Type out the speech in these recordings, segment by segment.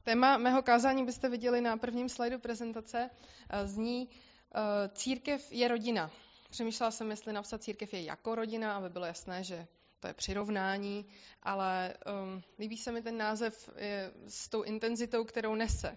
Téma mého kázání byste viděli na prvním slajdu prezentace. Zní církev je rodina. Přemýšlela jsem, jestli napsat církev je jako rodina, aby bylo jasné, že to je přirovnání, ale líbí se mi ten název s tou intenzitou, kterou nese.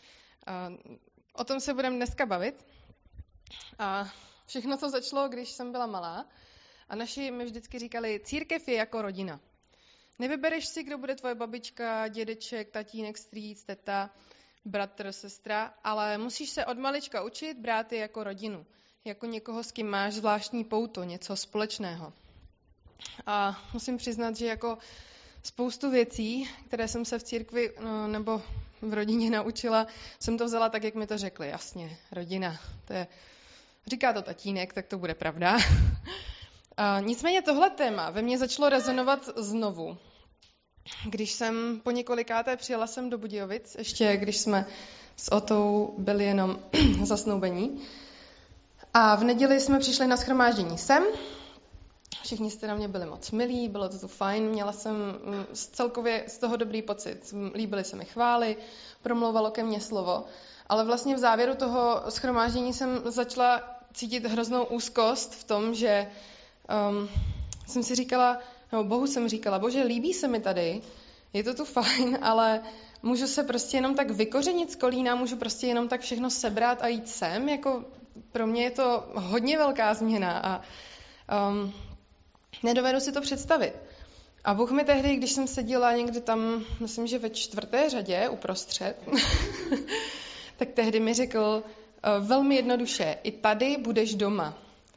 O tom se budeme dneska bavit. A všechno to začalo, když jsem byla malá. A naši mi vždycky říkali, církev je jako rodina. Nevybereš si, kdo bude tvoje babička, dědeček, tatínek, strýc, teta, bratr, sestra, ale musíš se od malička učit brát je jako rodinu, jako někoho, s kým máš zvláštní pouto, něco společného. A musím přiznat, že jako spoustu věcí, které jsem se v církvi nebo v rodině naučila, jsem to vzala tak, jak mi to řekli. Jasně, rodina, říká to tatínek, tak to bude pravda. Nicméně tohle téma ve mně začalo rezonovat znovu. Když jsem po několikáté přijela sem do Budějovic, ještě když jsme s Otou byli jenom zasnoubení. A v neděli jsme přišli na shromáždění sem. Všichni jste na mě byli moc milí, bylo to tu fajn. Měla jsem celkově z toho dobrý pocit. Líbily se mi chvály, promlouvalo ke mně slovo. Ale vlastně v závěru toho shromáždění jsem začala cítit hroznou úzkost v tom, že jsem si říkala, nebo Bohu jsem říkala, Bože, líbí se mi tady, je to tu fajn, ale můžu se prostě jenom tak vykořenit z kolína, můžu prostě jenom tak všechno sebrat a jít sem, jako pro mě je to hodně velká změna a nedovedu si to představit. A Bůh mi tehdy, když jsem seděla někde tam, myslím, že ve 4. řadě uprostřed, tak tehdy mi řekl velmi jednoduše, i tady budeš doma.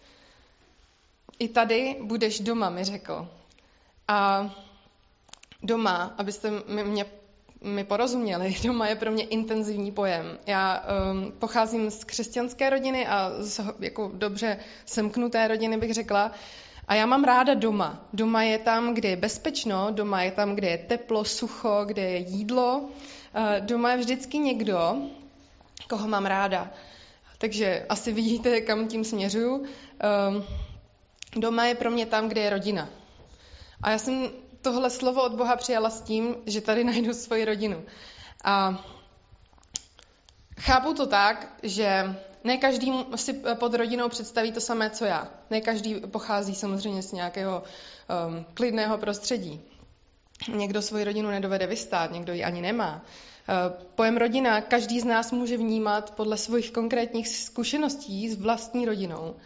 I tady budeš doma, mi řekl. A doma, abyste mi porozuměli, doma je pro mě intenzivní pojem. Já pocházím z křesťanské rodiny a z jako dobře semknuté rodiny, bych řekla. A já mám ráda doma. Doma je tam, kde je bezpečno, doma je tam, kde je teplo, sucho, kde je jídlo. Doma je vždycky někdo, koho mám ráda. Takže asi vidíte, kam tím směřuju. Doma je pro mě tam, kde je rodina. A já jsem tohle slovo od Boha přijala s tím, že tady najdu svoji rodinu. A chápu to tak, že ne každý si pod rodinou představí to samé, co já. Ne každý pochází samozřejmě z nějakého klidného prostředí. Někdo svoji rodinu nedovede vystát, někdo ji ani nemá. Pojem rodina každý z nás může vnímat podle svých konkrétních zkušeností s vlastní rodinou.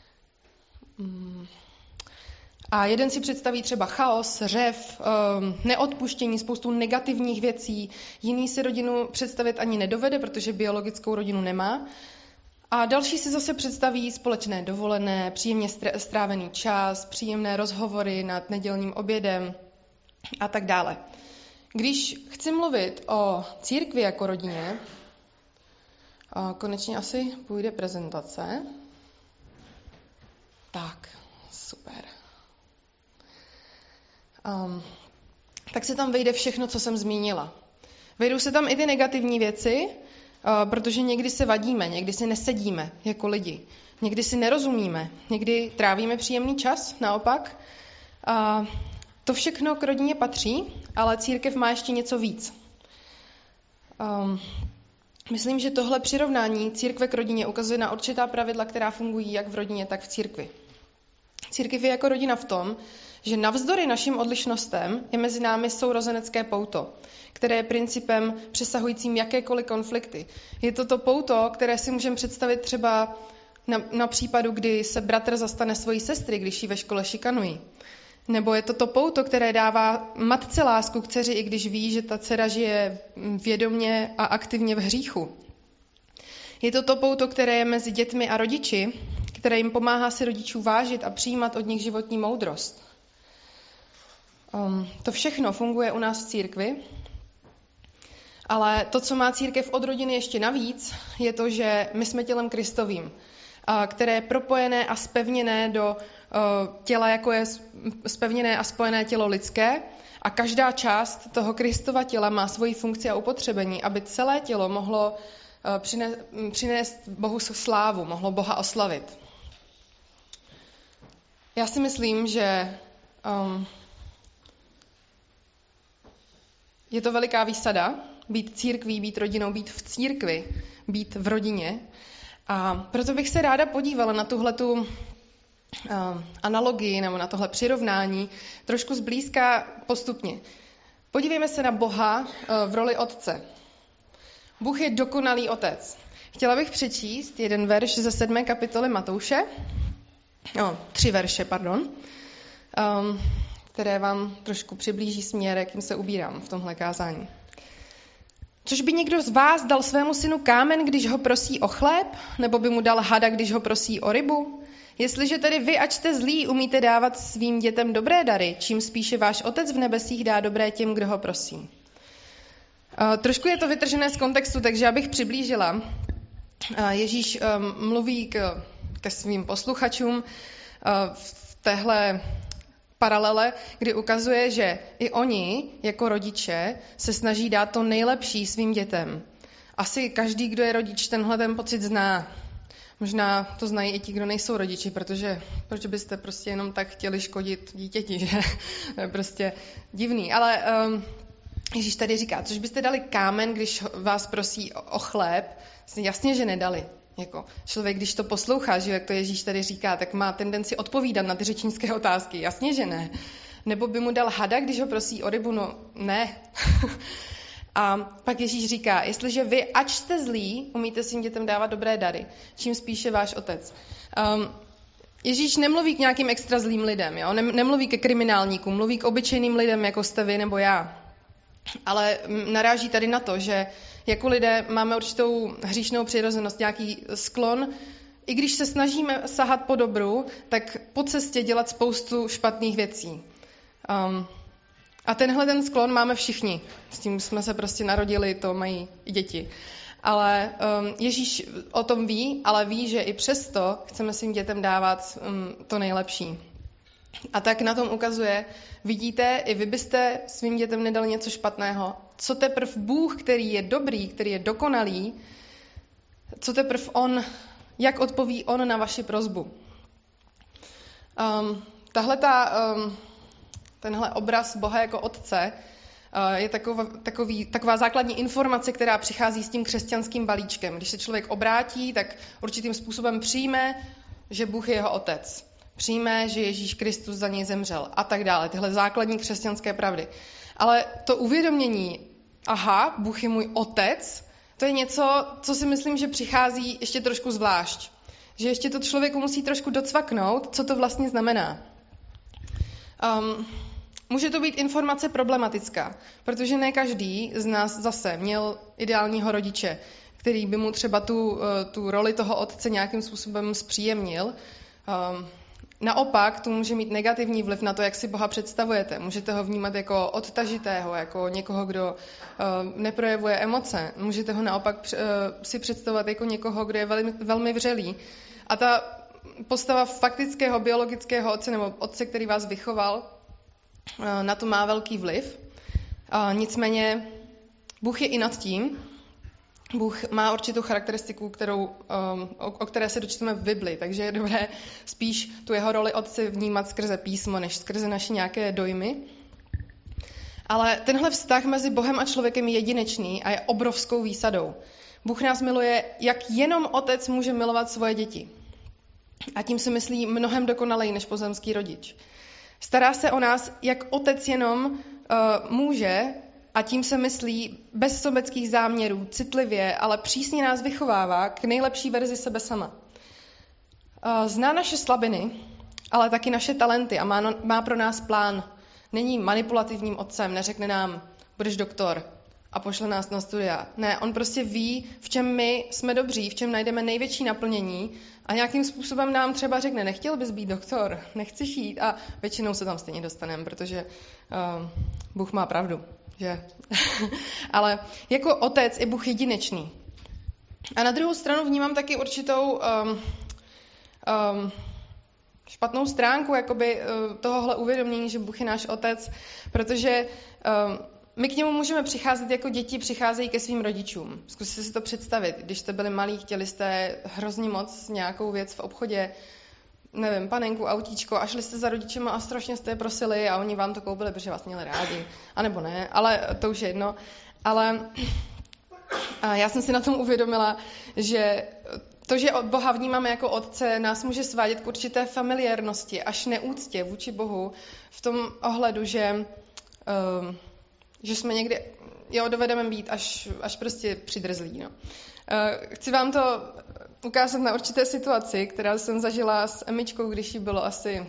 A jeden si představí třeba chaos, řev, neodpuštění, spoustu negativních věcí. Jiný si rodinu představit ani nedovede, protože biologickou rodinu nemá. A další si zase představí společné dovolené, příjemně strávený čas, příjemné rozhovory nad nedělním obědem a tak dále. Když chci mluvit o církvi jako rodině, konečně asi půjde prezentace. Tak, super. Tak se tam vejde všechno, co jsem zmínila. Vejdou se tam i ty negativní věci, protože někdy se vadíme, někdy si nesedíme jako lidi, někdy si nerozumíme, někdy trávíme příjemný čas, naopak. To všechno k rodině patří, ale církev má ještě něco víc. Myslím, že tohle přirovnání církve k rodině ukazuje na určitá pravidla, která fungují jak v rodině, tak v církvi. Církev je jako rodina v tom, že navzdory našim odlišnostem je mezi námi sourozenecké pouto, které je principem přesahujícím jakékoliv konflikty. Je to pouto, které si můžeme představit třeba na případu, kdy se bratr zastane svojí sestry, když ji ve škole šikanují. Nebo je to pouto, které dává matce lásku k dceři, i když ví, že ta dcera žije vědomě a aktivně v hříchu. Je to pouto, které je mezi dětmi a rodiči, které jim pomáhá si rodičů vážit a přijímat od nich životní moudrost. To všechno funguje u nás v církvi, ale to, co má církev od rodiny ještě navíc, je to, že my jsme tělem Kristovým, které je propojené a spevněné do těla, jako je spevněné a spojené tělo lidské, a každá část toho Kristova těla má svoji funkci a upotřebení, aby celé tělo mohlo přinést Bohu slávu, mohlo Boha oslavit. Já si myslím, že je to veliká výsada být církví, být rodinou, být v církvi, být v rodině. A proto bych se ráda podívala na tuhletu analogii nebo na tohle přirovnání trošku zblízka postupně. Podívejme se na Boha v roli otce. Bůh je dokonalý otec. Chtěla bych přečíst jeden verš ze 7. kapitoly Matouše, 3 verše, které vám trošku přiblíží směr, jakým se ubírám v tomhle kázání. Což by někdo z vás dal svému synu kámen, když ho prosí o chléb, nebo by mu dal hada, když ho prosí o rybu? Jestliže tedy vy, ač jste zlí, umíte dávat svým dětem dobré dary, čím spíše váš otec v nebesích dá dobré těm, kdo ho prosí. Trošku je to vytržené z kontextu, takže abych přiblížila. Ježíš mluví ke svým posluchačům v téhle paralele, kdy ukazuje, že i oni, jako rodiče, se snaží dát to nejlepší svým dětem. Asi každý, kdo je rodič, tenhle ten pocit zná. Možná to znají i ti, kdo nejsou rodiči, protože proč byste prostě jenom tak chtěli škodit dítěti, že? To je prostě divný. Ale Ježíš tady říká, což byste dali kámen, když vás prosí o chléb, jasně, že nedali. Jako člověk, když to poslouchá, že jak to Ježíš tady říká, tak má tendenci odpovídat na ty řečnické otázky. Jasně, že ne. Nebo by mu dal hada, když ho prosí o rybu? No, ne. A pak Ježíš říká, jestliže vy, ač jste zlí, umíte svým dětem dávat dobré dary, čím spíše váš otec. Ježíš nemluví k nějakým extra zlým lidem, jo? Nemluví ke kriminálníkům, mluví k obyčejným lidem, jako jste vy nebo já. Ale naráží tady na to, že jako lidé máme určitou hříšnou přirozenost, nějaký sklon, i když se snažíme sahat po dobru, tak po cestě dělat spoustu špatných věcí. A tenhle ten sklon máme všichni. S tím jsme se prostě narodili, to mají i děti. Ale Ježíš o tom ví, ale ví, že i přesto chceme svým dětem dávat to nejlepší. A tak na tom ukazuje, vidíte, i vy byste svým dětem nedali něco špatného. Co teprv Bůh, který je dobrý, který je dokonalý, co teprv on, jak odpoví on na vaši prosbu. Tenhle obraz Boha jako otce je taková základní informace, která přichází s tím křesťanským balíčkem. Když se člověk obrátí, tak určitým způsobem přijme, že Bůh je jeho otec. Přijme, že Ježíš Kristus za něj zemřel a tak dále. Tyhle základní křesťanské pravdy. Ale to uvědomění, aha, Bůh je můj otec, to je něco, co si myslím, že přichází ještě trošku zvlášť. Že ještě to člověku musí trošku docvaknout, co to vlastně znamená. Může to být informace problematická, protože ne každý z nás zase měl ideálního rodiče, který by mu třeba tu roli toho otce nějakým způsobem zpříjemnil. Naopak to může mít negativní vliv na to, jak si Boha představujete. Můžete ho vnímat jako odtažitého, jako někoho, kdo neprojevuje emoce. Můžete ho naopak si představovat jako někoho, kdo je velmi vřelý. A ta postava faktického biologického otce nebo otce, který vás vychoval, na to má velký vliv. Nicméně Bůh je i nad tím. Bůh má určitou charakteristiku, o které se dočteme v Bibli, takže je dobré spíš tu jeho roli otce vnímat skrze písmo, než skrze naše nějaké dojmy. Ale tenhle vztah mezi Bohem a člověkem je jedinečný a je obrovskou výsadou. Bůh nás miluje, jak jenom otec může milovat svoje děti. A tím se myslí mnohem dokonalej než pozemský rodič. Stará se o nás, jak otec jenom může, a tím se myslí bez sobeckých záměrů, citlivě, ale přísně nás vychovává k nejlepší verzi sebe sama. Zná naše slabiny, ale taky naše talenty a má pro nás plán. Není manipulativním otcem, neřekne nám, budeš doktor a pošle nás na studia. Ne, on prostě ví, v čem my jsme dobří, v čem najdeme největší naplnění a nějakým způsobem nám třeba řekne, nechtěl bys být doktor, nechceš jít a většinou se tam stejně dostaneme, protože Bůh má pravdu. Že? Ale jako otec je Bůh jedinečný. A na druhou stranu vnímám taky určitou špatnou stránku tohohle uvědomění, že Bůh je náš otec, protože my k němu můžeme přicházet jako děti přicházejí ke svým rodičům. Zkuste si to představit. Když jste byli malí, chtěli jste hrozně moc nějakou věc v obchodě, nevím, panenku, autíčko a šli jste za rodičema a strašně jste je prosili a oni vám to koupili, protože vás měli rádi, anebo ne, ale to už je jedno. Ale já jsem si na tom uvědomila, že to, že od Boha vnímáme jako otce, nás může svádět k určité familiárnosti, až neúctě vůči Bohu v tom ohledu, že jsme někdy, dovedeme být až prostě přidrzlí. No. Chci vám to ukázat na určité situaci, která jsem zažila s Emičkou, když jí bylo asi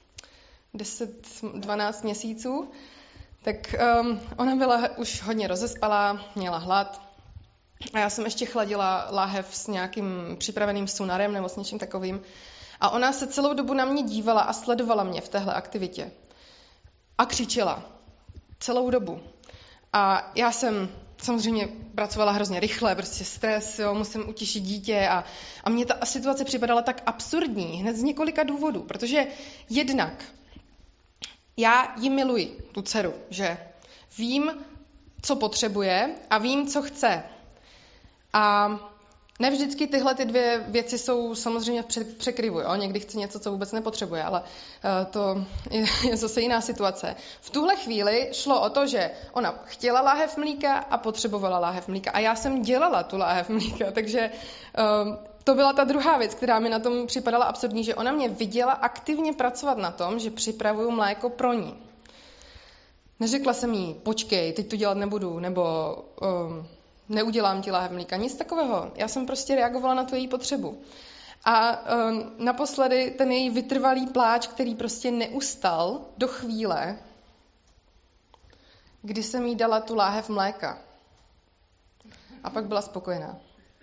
10-12 měsíců. Tak ona byla už hodně rozespalá, měla hlad a já jsem ještě chladila láhev s nějakým připraveným sunarem nebo s něčím takovým. A ona se celou dobu na mě dívala a sledovala mě v téhle aktivitě. A křičela. Celou dobu. A já jsem samozřejmě pracovala hrozně rychle, prostě stres, musím utěšit dítě a mně ta situace připadala tak absurdní, hned z několika důvodů, protože jednak já ji miluji, tu dceru, že vím, co potřebuje a vím, co chce. A ne vždycky tyhle ty dvě věci jsou samozřejmě v překryvu. Jo? Někdy chce něco, co vůbec nepotřebuje, ale to je zase jiná situace. V tuhle chvíli šlo o to, že ona chtěla láhev mlíka a potřebovala láhev mlíka. A já jsem dělala tu láhev mlíka, takže to byla ta druhá věc, která mi na tom připadala absurdní, že ona mě viděla aktivně pracovat na tom, že připravuju mléko pro ní. Neřekla jsem jí, počkej, teď to dělat nebudu, nebo neudělám ti láhev mlíka, nic takového. Já jsem prostě reagovala na tu její potřebu. A naposledy ten její vytrvalý pláč, který prostě neustal do chvíle, kdy jsem jí dala tu láhev mléka. A pak byla spokojená.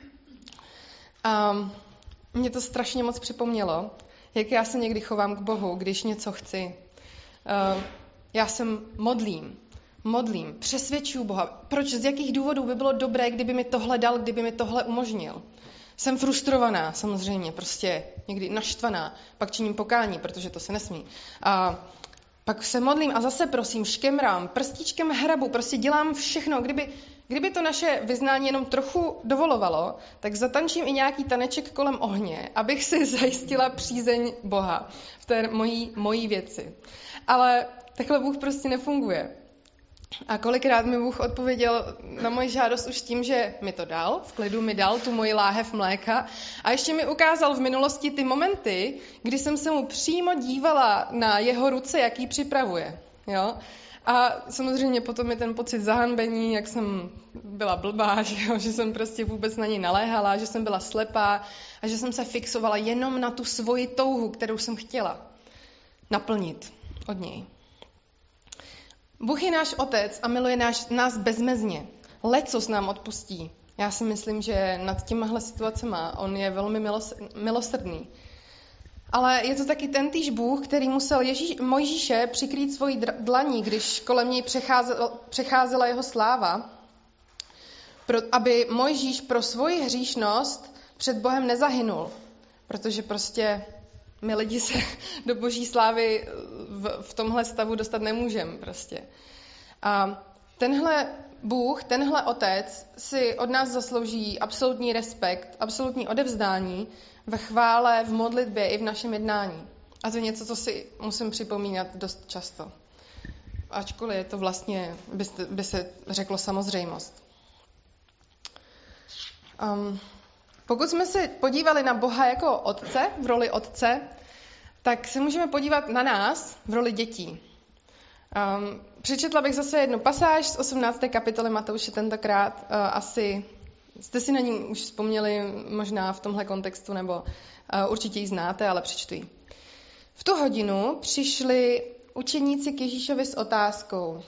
A mě to strašně moc připomnělo, jak já se někdy chovám k Bohu, když něco chci. Já se modlím, přesvědčuju Boha. Proč, z jakých důvodů by bylo dobré, kdyby mi tohle dal, kdyby mi tohle umožnil. Jsem frustrovaná, samozřejmě, prostě někdy naštvaná, pak činím pokání, protože to se nesmí. A pak se modlím a zase prosím, škemrám, prstíčkem hrabu, prostě dělám všechno. Kdyby to naše vyznání jenom trochu dovolovalo, tak zatančím i nějaký taneček kolem ohně, abych si zajistila přízeň Boha v té mojí věci. Ale takhle Bůh prostě nefunguje. A kolikrát mi Bůh odpověděl na moji žádost už tím, že mi to dal, v klidu mi dal tu moji láhev mléka a ještě mi ukázal v minulosti ty momenty, kdy jsem se mu přímo dívala na jeho ruce, jak ji připravuje. Jo? A samozřejmě potom je ten pocit zahanbení, jak jsem byla blbá, že jsem prostě vůbec na něj naléhala, že jsem byla slepá a že jsem se fixovala jenom na tu svoji touhu, kterou jsem chtěla naplnit od něj. Bůh je náš otec a miluje nás bezmezně. Lecos nám odpustí. Já si myslím, že nad těmahle situacema on je velmi milosrdný. Ale je to taky tentýž Bůh, který musel Mojžíše přikrýt svojí dlaní, když kolem něj přecházela jeho sláva, aby Mojžíš pro svoji hříšnost před Bohem nezahynul. Protože prostě my lidi se do boží slávy v tomhle stavu dostat nemůžeme prostě. A tenhle Bůh, tenhle otec si od nás zaslouží absolutní respekt, absolutní odevzdání ve chvále, v modlitbě i v našem jednání. A to je něco, co si musím připomínat dost často. Ačkoliv je to vlastně, by se řeklo, samozřejmost. Pokud jsme se podívali na Boha jako otce, v roli otce, tak se můžeme podívat na nás v roli dětí. Přečetla bych zase jednu pasáž z 18. kapitoly Matouše tentokrát. Asi jste si na ní už vzpomněli možná v tomhle kontextu, nebo určitě ji znáte, ale přečtu ji. V tu hodinu přišli učeníci k Ježíšovi s otázkou: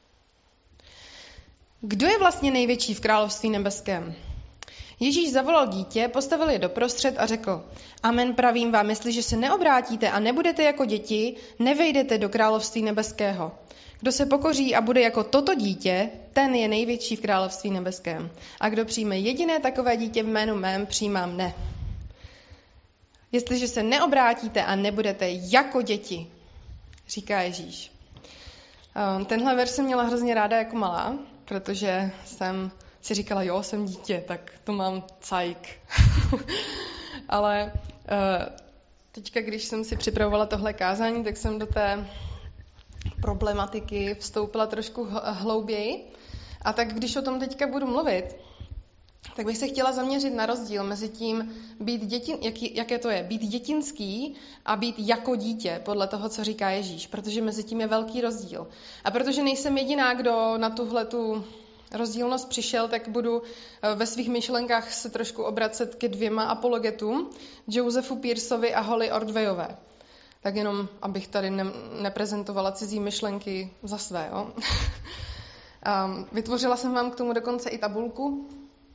Kdo je vlastně největší v království nebeském? Ježíš zavolal dítě, postavil je doprostřed a řekl: Amen, pravím vám, jestliže se neobrátíte a nebudete jako děti, nevejdete do království nebeského. Kdo se pokoří a bude jako toto dítě, ten je největší v království nebeském. A kdo přijme jediné takové dítě v jménu mém, přijímá mne. Jestliže se neobrátíte a nebudete jako děti, říká Ježíš. Tenhle verš jsem měla hrozně ráda jako malá, protože jsem si říkala, jo, jsem dítě, tak to mám cajk. Ale Teďka, když jsem si připravovala tohle kázání, tak jsem do té problematiky vstoupila trošku hlouběji. A tak když o tom teďka budu mluvit, tak bych se chtěla zaměřit na rozdíl mezi tím, jaké to je, být dětinský a být jako dítě, podle toho, co říká Ježíš, protože mezi tím je velký rozdíl. A protože nejsem jediná, kdo na tuhletu rozdílnost přišel, tak budu ve svých myšlenkách se trošku obracet ke dvěma apologetům, Josephu Pearsovi a Holly Ordwayové. Tak jenom, abych tady neprezentovala cizí myšlenky za své. Jo? Vytvořila jsem vám k tomu dokonce i tabulku,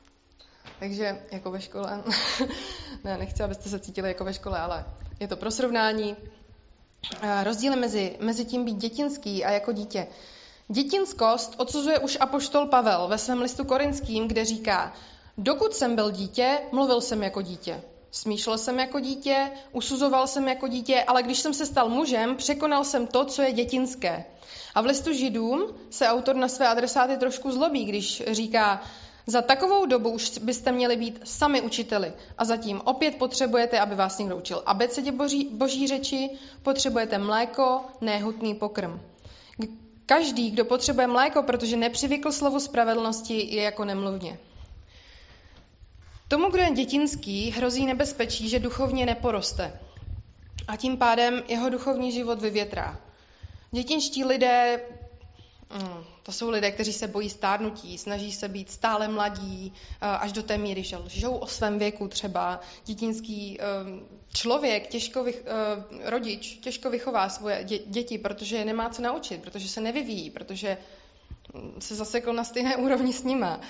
takže jako ve škole. Ne, nechci, abyste se cítili jako ve škole, ale je to pro srovnání. Rozdíly mezi tím být dětinský a jako dítě. Dětinskost odsuzuje už apoštol Pavel ve svém listu Korinským, kde říká: dokud jsem byl dítě, mluvil jsem jako dítě. Smýšlel jsem jako dítě, usuzoval jsem jako dítě, ale když jsem se stal mužem, překonal jsem to, co je dětinské. A v listu Židům se autor na své adresáty trošku zlobí, když říká: za takovou dobu už byste měli být sami učiteli a zatím opět potřebujete, aby vás někdo učil abecedě boží řeči, potřebujete mléko, ne hutný pokrm. Každý, kdo potřebuje mléko, protože nepřivykl slovu spravedlnosti, je jako nemluvně. Tomu, kdo je dětinský, hrozí nebezpečí, že duchovně neporoste a tím pádem jeho duchovní život vyvětrá. Dětinští lidé, to jsou lidé, kteří se bojí stárnutí, snaží se být stále mladí, až do té míry, že lžou o svém věku třeba. Dětinský člověk, rodič, těžko vychová svoje děti, protože je nemá co naučit, protože se nevyvíjí, protože se zasekl na stejné úrovni s nima.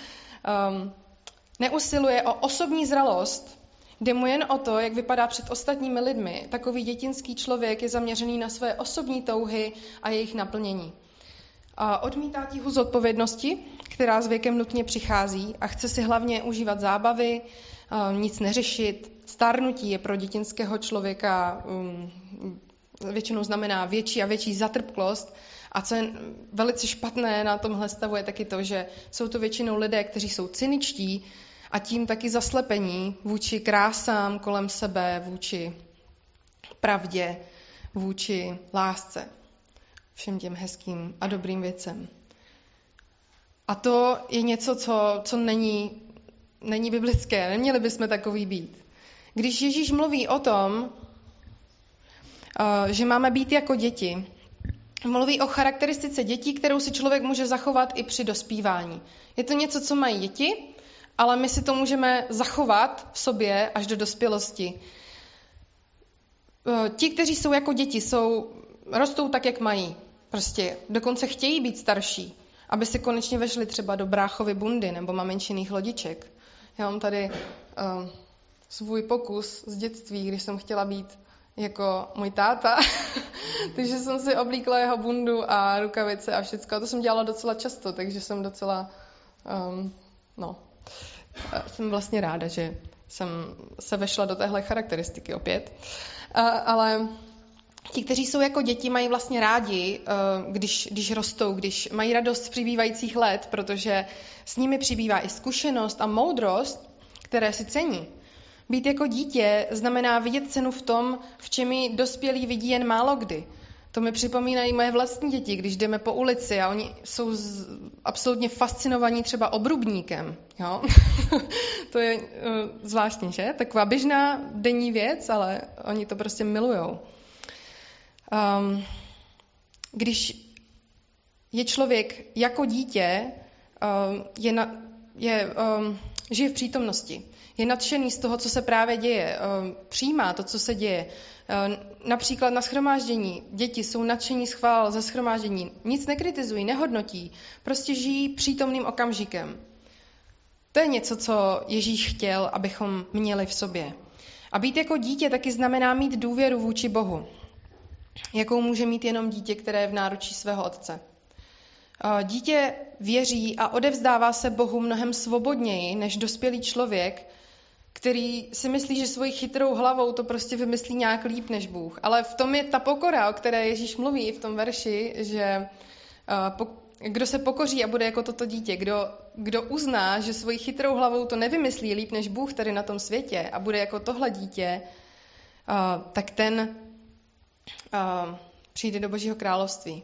Neusiluje o osobní zralost, jde mu jen o to, jak vypadá před ostatními lidmi. Takový dětinský člověk je zaměřený na své osobní touhy a jejich naplnění. Odmítá tíhu zodpovědnosti, která s věkem nutně přichází, a chce si hlavně užívat zábavy, nic neřešit. Stárnutí je pro dětinského člověka většinou znamená větší a větší zatrpklost. A co je velice špatné na tomhle stavu je taky to, že jsou to většinou lidé, kteří jsou cyničtí a tím taky zaslepení vůči krásám kolem sebe, vůči pravdě, vůči lásce, všem těm hezkým a dobrým věcem. A to je něco, co není biblické. Neměli bychom takový být. Když Ježíš mluví o tom, že máme být jako děti, mluví o charakteristice dětí, kterou si člověk může zachovat i při dospívání. Je to něco, co mají děti, ale my si to můžeme zachovat v sobě až do dospělosti. Ti, kteří jsou jako děti, rostou tak, jak mají. Prostě dokonce chtějí být starší, aby se konečně vešli třeba do bráchovy bundy nebo maminčiných lodiček. Já mám tady svůj pokus z dětství, když jsem chtěla být jako můj táta, takže jsem si oblíkla jeho bundu a rukavice a všecko. A to jsem dělala docela často, takže jsem docela, jsem vlastně ráda, že jsem se vešla do téhle charakteristiky opět. Ale ti, kteří jsou jako děti, mají vlastně rádi, když rostou, když mají radost z přibývajících let, protože s nimi přibývá i zkušenost a moudrost, které si cení. Být jako dítě znamená vidět cenu v tom, v čem ji dospělí vidí jen málo kdy. To mi připomínají moje vlastní děti, když jdeme po ulici a oni jsou absolutně fascinovaní třeba obrubníkem. Jo? To je zvláštní, že? Taková běžná denní věc, ale oni to prostě milujou. Když je člověk jako dítě, žije v přítomnosti, je nadšený z toho, co se právě děje, přijímá to, co se děje. Například na shromáždění děti jsou nadšení ze shromáždění, nic nekritizují, nehodnotí, prostě žijí přítomným okamžikem. To je něco, co Ježíš chtěl, abychom měli v sobě. A být jako dítě taky znamená mít důvěru vůči Bohu, jakou může mít jenom dítě, které je v náručí svého otce. Dítě věří a odevzdává se Bohu mnohem svobodněji než dospělý člověk, který si myslí, že svojí chytrou hlavou to prostě vymyslí nějak líp než Bůh. Ale v tom je ta pokora, o které Ježíš mluví v tom verši, že kdo se pokoří a bude jako toto dítě, kdo uzná, že svojí chytrou hlavou to nevymyslí líp než Bůh tady na tom světě a bude jako tohle dítě, tak ten přijde do Božího království.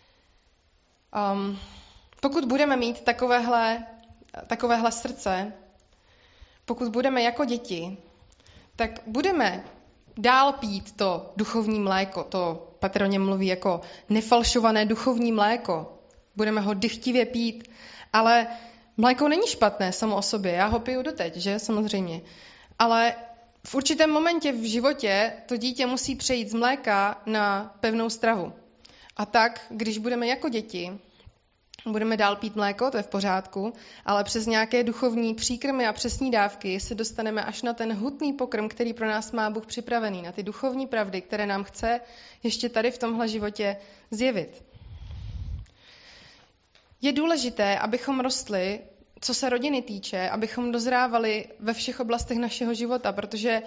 Pokud budeme mít takovéhle srdce, pokud budeme jako děti, tak budeme dál pít to duchovní mléko. To Petr o něm mluví jako nefalšované duchovní mléko. Budeme ho dychtivě pít, ale mléko není špatné samo o sobě. Já ho piju doteď, že? Samozřejmě. Ale v určitém momentě v životě to dítě musí přejít z mléka na pevnou stravu. A tak, když budeme jako děti, budeme dál pít mléko, to je v pořádku, ale přes nějaké duchovní příkrmy a přesní dávky se dostaneme až na ten hutný pokrm, který pro nás má Bůh připravený, na ty duchovní pravdy, které nám chce ještě tady v tomhle životě zjevit. Je důležité, abychom rostli, co se rodiny týče, abychom dozrávali ve všech oblastech našeho života, protože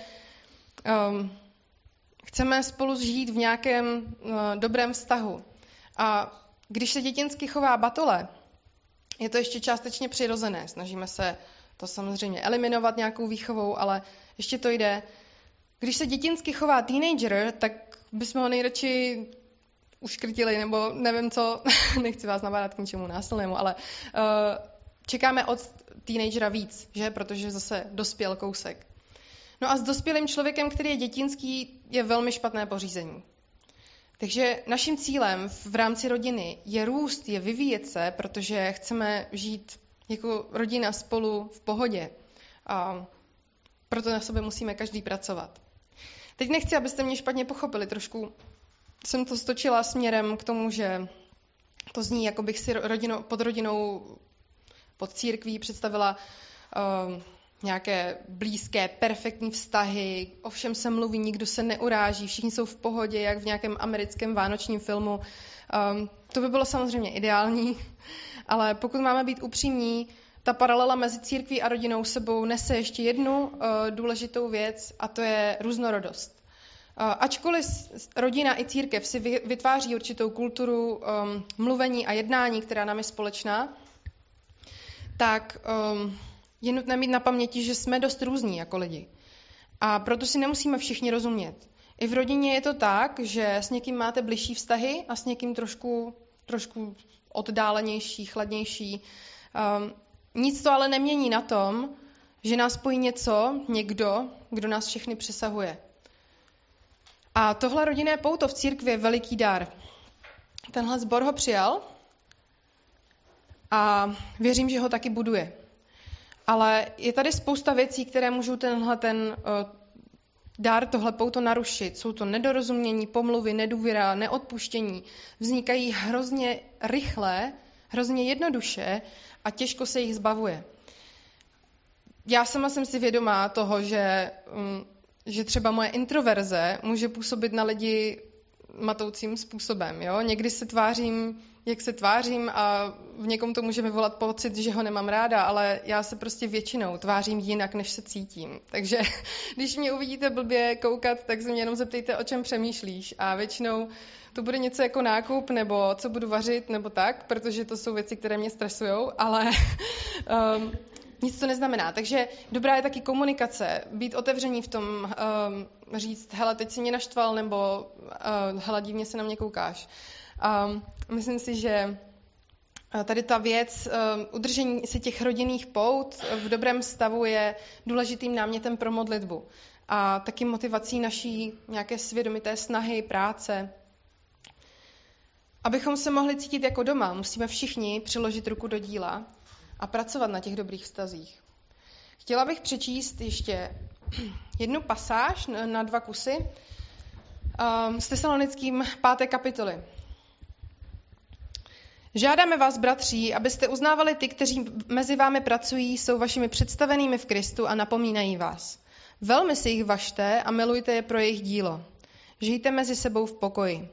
chceme spolu žít v nějakém dobrém vztahu. A když se dětinsky chová batole, je to ještě částečně přirozené. Snažíme se to samozřejmě eliminovat nějakou výchovou, ale ještě to jde. Když se dětinsky chová teenager, tak bychom ho nejradši uškrtili, nebo nevím co, nechci vás nabádat k ničemu násilnému, ale čekáme od teenagera víc, že? Protože zase dospěl kousek. No a s dospělým člověkem, který je dětinský, je velmi špatné pořízení. Takže naším cílem v rámci rodiny je růst, je vyvíjet se, protože chceme žít jako rodina spolu v pohodě. A proto na sobě musíme každý pracovat. Teď nechci, abyste mě špatně pochopili. Trošku jsem to stočila směrem k tomu, že to zní, jako bych si pod církví představila nějaké blízké, perfektní vztahy, o všem se mluví, nikdo se neuráží, všichni jsou v pohodě, jak v nějakém americkém vánočním filmu. To by bylo samozřejmě ideální, ale pokud máme být upřímní, ta paralela mezi církví a rodinou sebou nese ještě jednu důležitou věc, a to je různorodost. Ačkoliv rodina i církev si vytváří určitou kulturu mluvení a jednání, která nám je společná, tak je nutné mít na paměti, že jsme dost různí jako lidi. A proto si nemusíme všichni rozumět. I v rodině je to tak, že s někým máte bližší vztahy a s někým trošku oddálenější, chladnější. Nic to ale nemění na tom, že nás spojí někdo, kdo nás všechny přesahuje. A tohle rodinné pouto v církvi je veliký dar. Tenhle sbor ho přijal a věřím, že ho taky buduje. Ale je tady spousta věcí, které můžou ten dar, tohle pouto narušit. Jsou to nedorozumění, pomluvy, nedůvěra, neodpuštění. Vznikají hrozně rychle, hrozně jednoduše a těžko se jich zbavuje. Já sama jsem si vědomá toho, že třeba moje introverze může působit na lidi matoucím způsobem. Jo? Někdy se tvářím, jak se tvářím, a v někom to může vyvolat pocit, že ho nemám ráda, ale já se prostě většinou tvářím jinak, než se cítím. Takže když mě uvidíte blbě koukat, tak se mě jenom zeptejte, o čem přemýšlíš. A většinou to bude něco jako nákup, nebo co budu vařit, nebo tak, protože to jsou věci, které mě stresujou, ale nic to neznamená. Takže dobrá je taky komunikace, být otevření v tom, říct, hele, teď si mě naštval, nebo hele, divně se na mě koukáš. Myslím si, že tady ta věc, udržení si těch rodinných pout v dobrém stavu je důležitým námětem pro modlitbu a taky motivací naší nějaké svědomité snahy, práce. Abychom se mohli cítit jako doma, musíme všichni přiložit ruku do díla a pracovat na těch dobrých vztazích. Chtěla bych přečíst ještě jednu pasáž na 2 kusy z Tesalonickým 5. kapitoly. Žádáme vás, bratří, abyste uznávali ty, kteří mezi vámi pracují, jsou vašimi představenými v Kristu a napomínají vás. Velmi si jich važte a milujte je pro jejich dílo. Žijte mezi sebou v pokoji.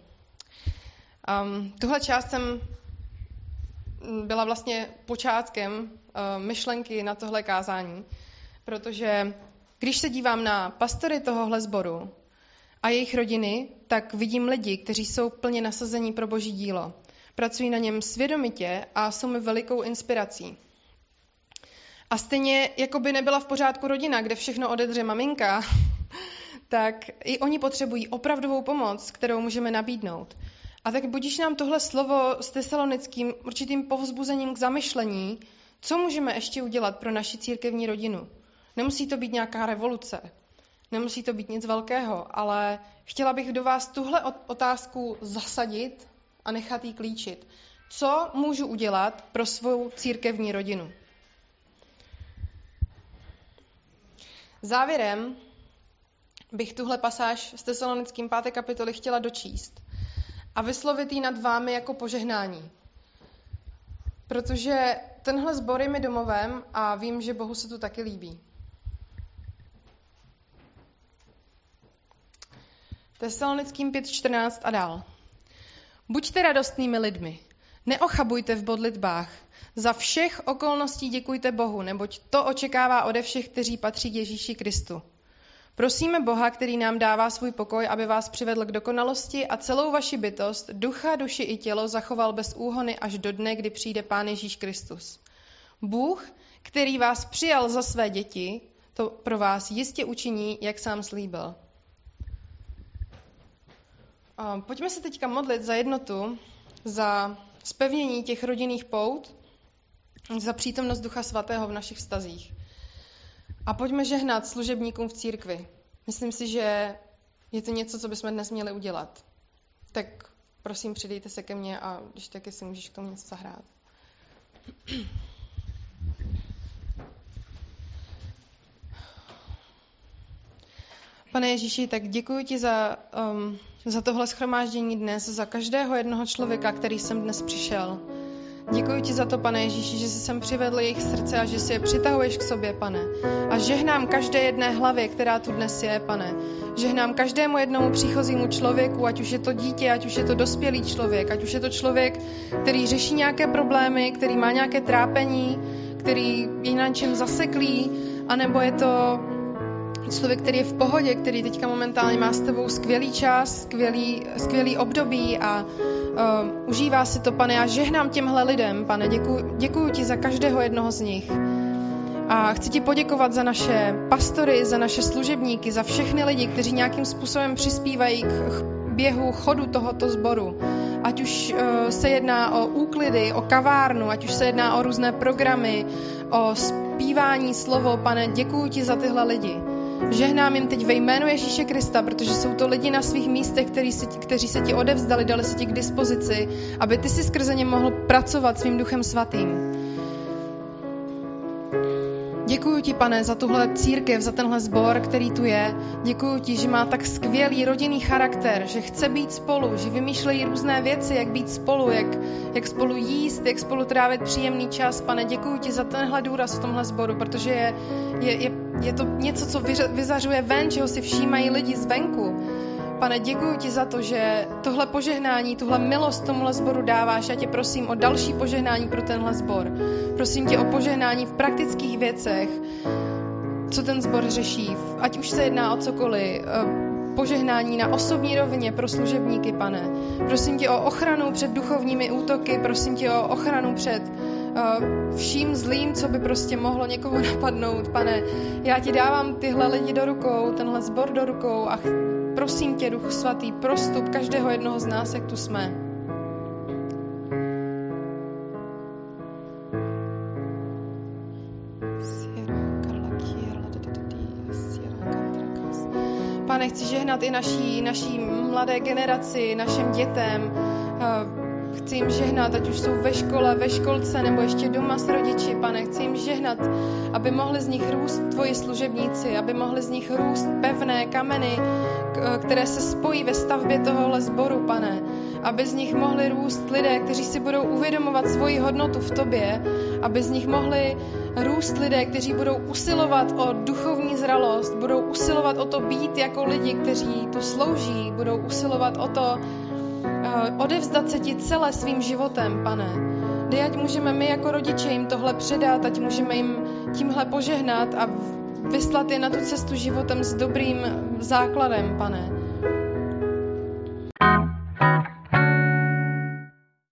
Tuhle část byla vlastně počátkem myšlenky na tohle kázání, protože když se dívám na pastory tohohle sboru a jejich rodiny, tak vidím lidi, kteří jsou plně nasazení pro Boží dílo. Pracují na něm svědomitě a jsou mi velikou inspirací. A stejně, jako by nebyla v pořádku rodina, kde všechno odedře maminka, tak i oni potřebují opravdovou pomoc, kterou můžeme nabídnout. A tak budiš nám tohle slovo s Tesalonickým určitým povzbuzením k zamyšlení, co můžeme ještě udělat pro naši církevní rodinu. Nemusí to být nějaká revoluce, nemusí to být nic velkého, ale chtěla bych do vás tuhle otázku zasadit a nechat jí klíčit. Co můžu udělat pro svou církevní rodinu? Závěrem bych tuhle pasáž z Tesalonickým 5. kapitoly chtěla dočíst a vyslovit ji nad vámi jako požehnání. Protože tenhle sbor je mi domovem a vím, že Bohu se tu taky líbí. Tesalonickým 5.14 a dál. Buďte radostnými lidmi, neochabujte v modlitbách, za všech okolností děkujte Bohu, neboť to očekává ode všech, kteří patří k Ježíši Kristu. Prosíme Boha, který nám dává svůj pokoj, aby vás přivedl k dokonalosti a celou vaši bytost, ducha, duši i tělo zachoval bez úhony až do dne, kdy přijde Pán Ježíš Kristus. Bůh, který vás přijal za své děti, to pro vás jistě učiní, jak sám slíbil. Pojďme se teďka modlit za jednotu, za zpevnění těch rodinných pout, za přítomnost Ducha Svatého v našich vztazích. A pojďme žehnat služebníkům v církvi. Myslím si, že je to něco, co bychom dnes měli udělat. Tak prosím, přidejte se ke mně a když taky si můžeš k tomu něco zahrát. Pane Ježíši, tak děkuji ti za tohle shromáždění dnes, za každého jednoho člověka, který sem dnes přišel. Děkuji ti za to, Pane Ježíši, že jsi sem přivedl jejich srdce a že si je přitahuješ k sobě, Pane. A žehnám každé jedné hlavě, která tu dnes je, Pane. Žehnám každému jednomu příchozímu člověku, ať už je to dítě, ať už je to dospělý člověk, ať už je to člověk, který řeší nějaké problémy, který má nějaké trápení, který je na něčem zaseklý, anebo je to člověk, který je v pohodě, který teďka momentálně má s tebou skvělý čas, skvělý období a užívá si to, Pane. Já žehnám těmhle lidem, Pane. Děkuju ti za každého jednoho z nich. A chci ti poděkovat za naše pastory, za naše služebníky, za všechny lidi, kteří nějakým způsobem přispívají k běhu, chodu tohoto sboru. Ať už se jedná o úklidy, o kavárnu, ať už se jedná o různé programy, o zpívání slovo, Pane. Děkuju ti za tyhle lidi. Žehnám jim teď ve jménu Ježíše Krista, protože jsou to lidi na svých místech, kteří se ti odevzdali, dali se ti k dispozici, aby ty si skrze ně mohl pracovat svým Duchem Svatým. Děkuji ti, Pane, za tuhle církev, za tenhle sbor, který tu je. Děkuji ti, že má tak skvělý rodinný charakter, že chce být spolu, že vymýšlejí různé věci, jak být spolu, jak spolu jíst, jak spolu trávit příjemný čas. Pane, děkuji ti za tenhle důraz v tomhle sboru, protože je to něco, co vyzařuje ven, čeho si všímají lidi zvenku. Pane, děkuji ti za to, že tohle požehnání, tuhle milost tomuhle sboru dáváš. Já tě prosím o další požehnání pro tenhle sbor. Prosím tě o požehnání v praktických věcech, co ten sbor řeší. Ať už se jedná o cokoliv, požehnání na osobní rovině pro služebníky, Pane. Prosím tě o ochranu před duchovními útoky, prosím tě o ochranu před vším zlým, co by prostě mohlo někoho napadnout, Pane. Já ti dávám tyhle lidi do rukou, tenhle sbor do rukou a prosím tě, Duchu Svatý, prostup každého jednoho z nás, jak tu jsme. Pane, chci žehnat i naší mladé generaci, našim dětem. Chci jim žehnat, ať už jsou ve škole, ve školce nebo ještě doma s rodiči, Pane. Chci jim žehnat, aby mohli z nich růst tvoji služebníci, aby mohli z nich růst pevné kameny, které se spojí ve stavbě tohohle sboru, Pane. Aby z nich mohli růst lidé, kteří si budou uvědomovat svoji hodnotu v tobě, aby z nich mohli růst lidé, kteří budou usilovat o duchovní zralost, budou usilovat o to být jako lidi, kteří tu slouží, budou usilovat o to odevzdat se ti celé svým životem, Pane. Dej, ať můžeme my jako rodiče jim tohle předat, ať můžeme jim tímhle požehnat a vyslat je na tu cestu životem s dobrým základem, Pane.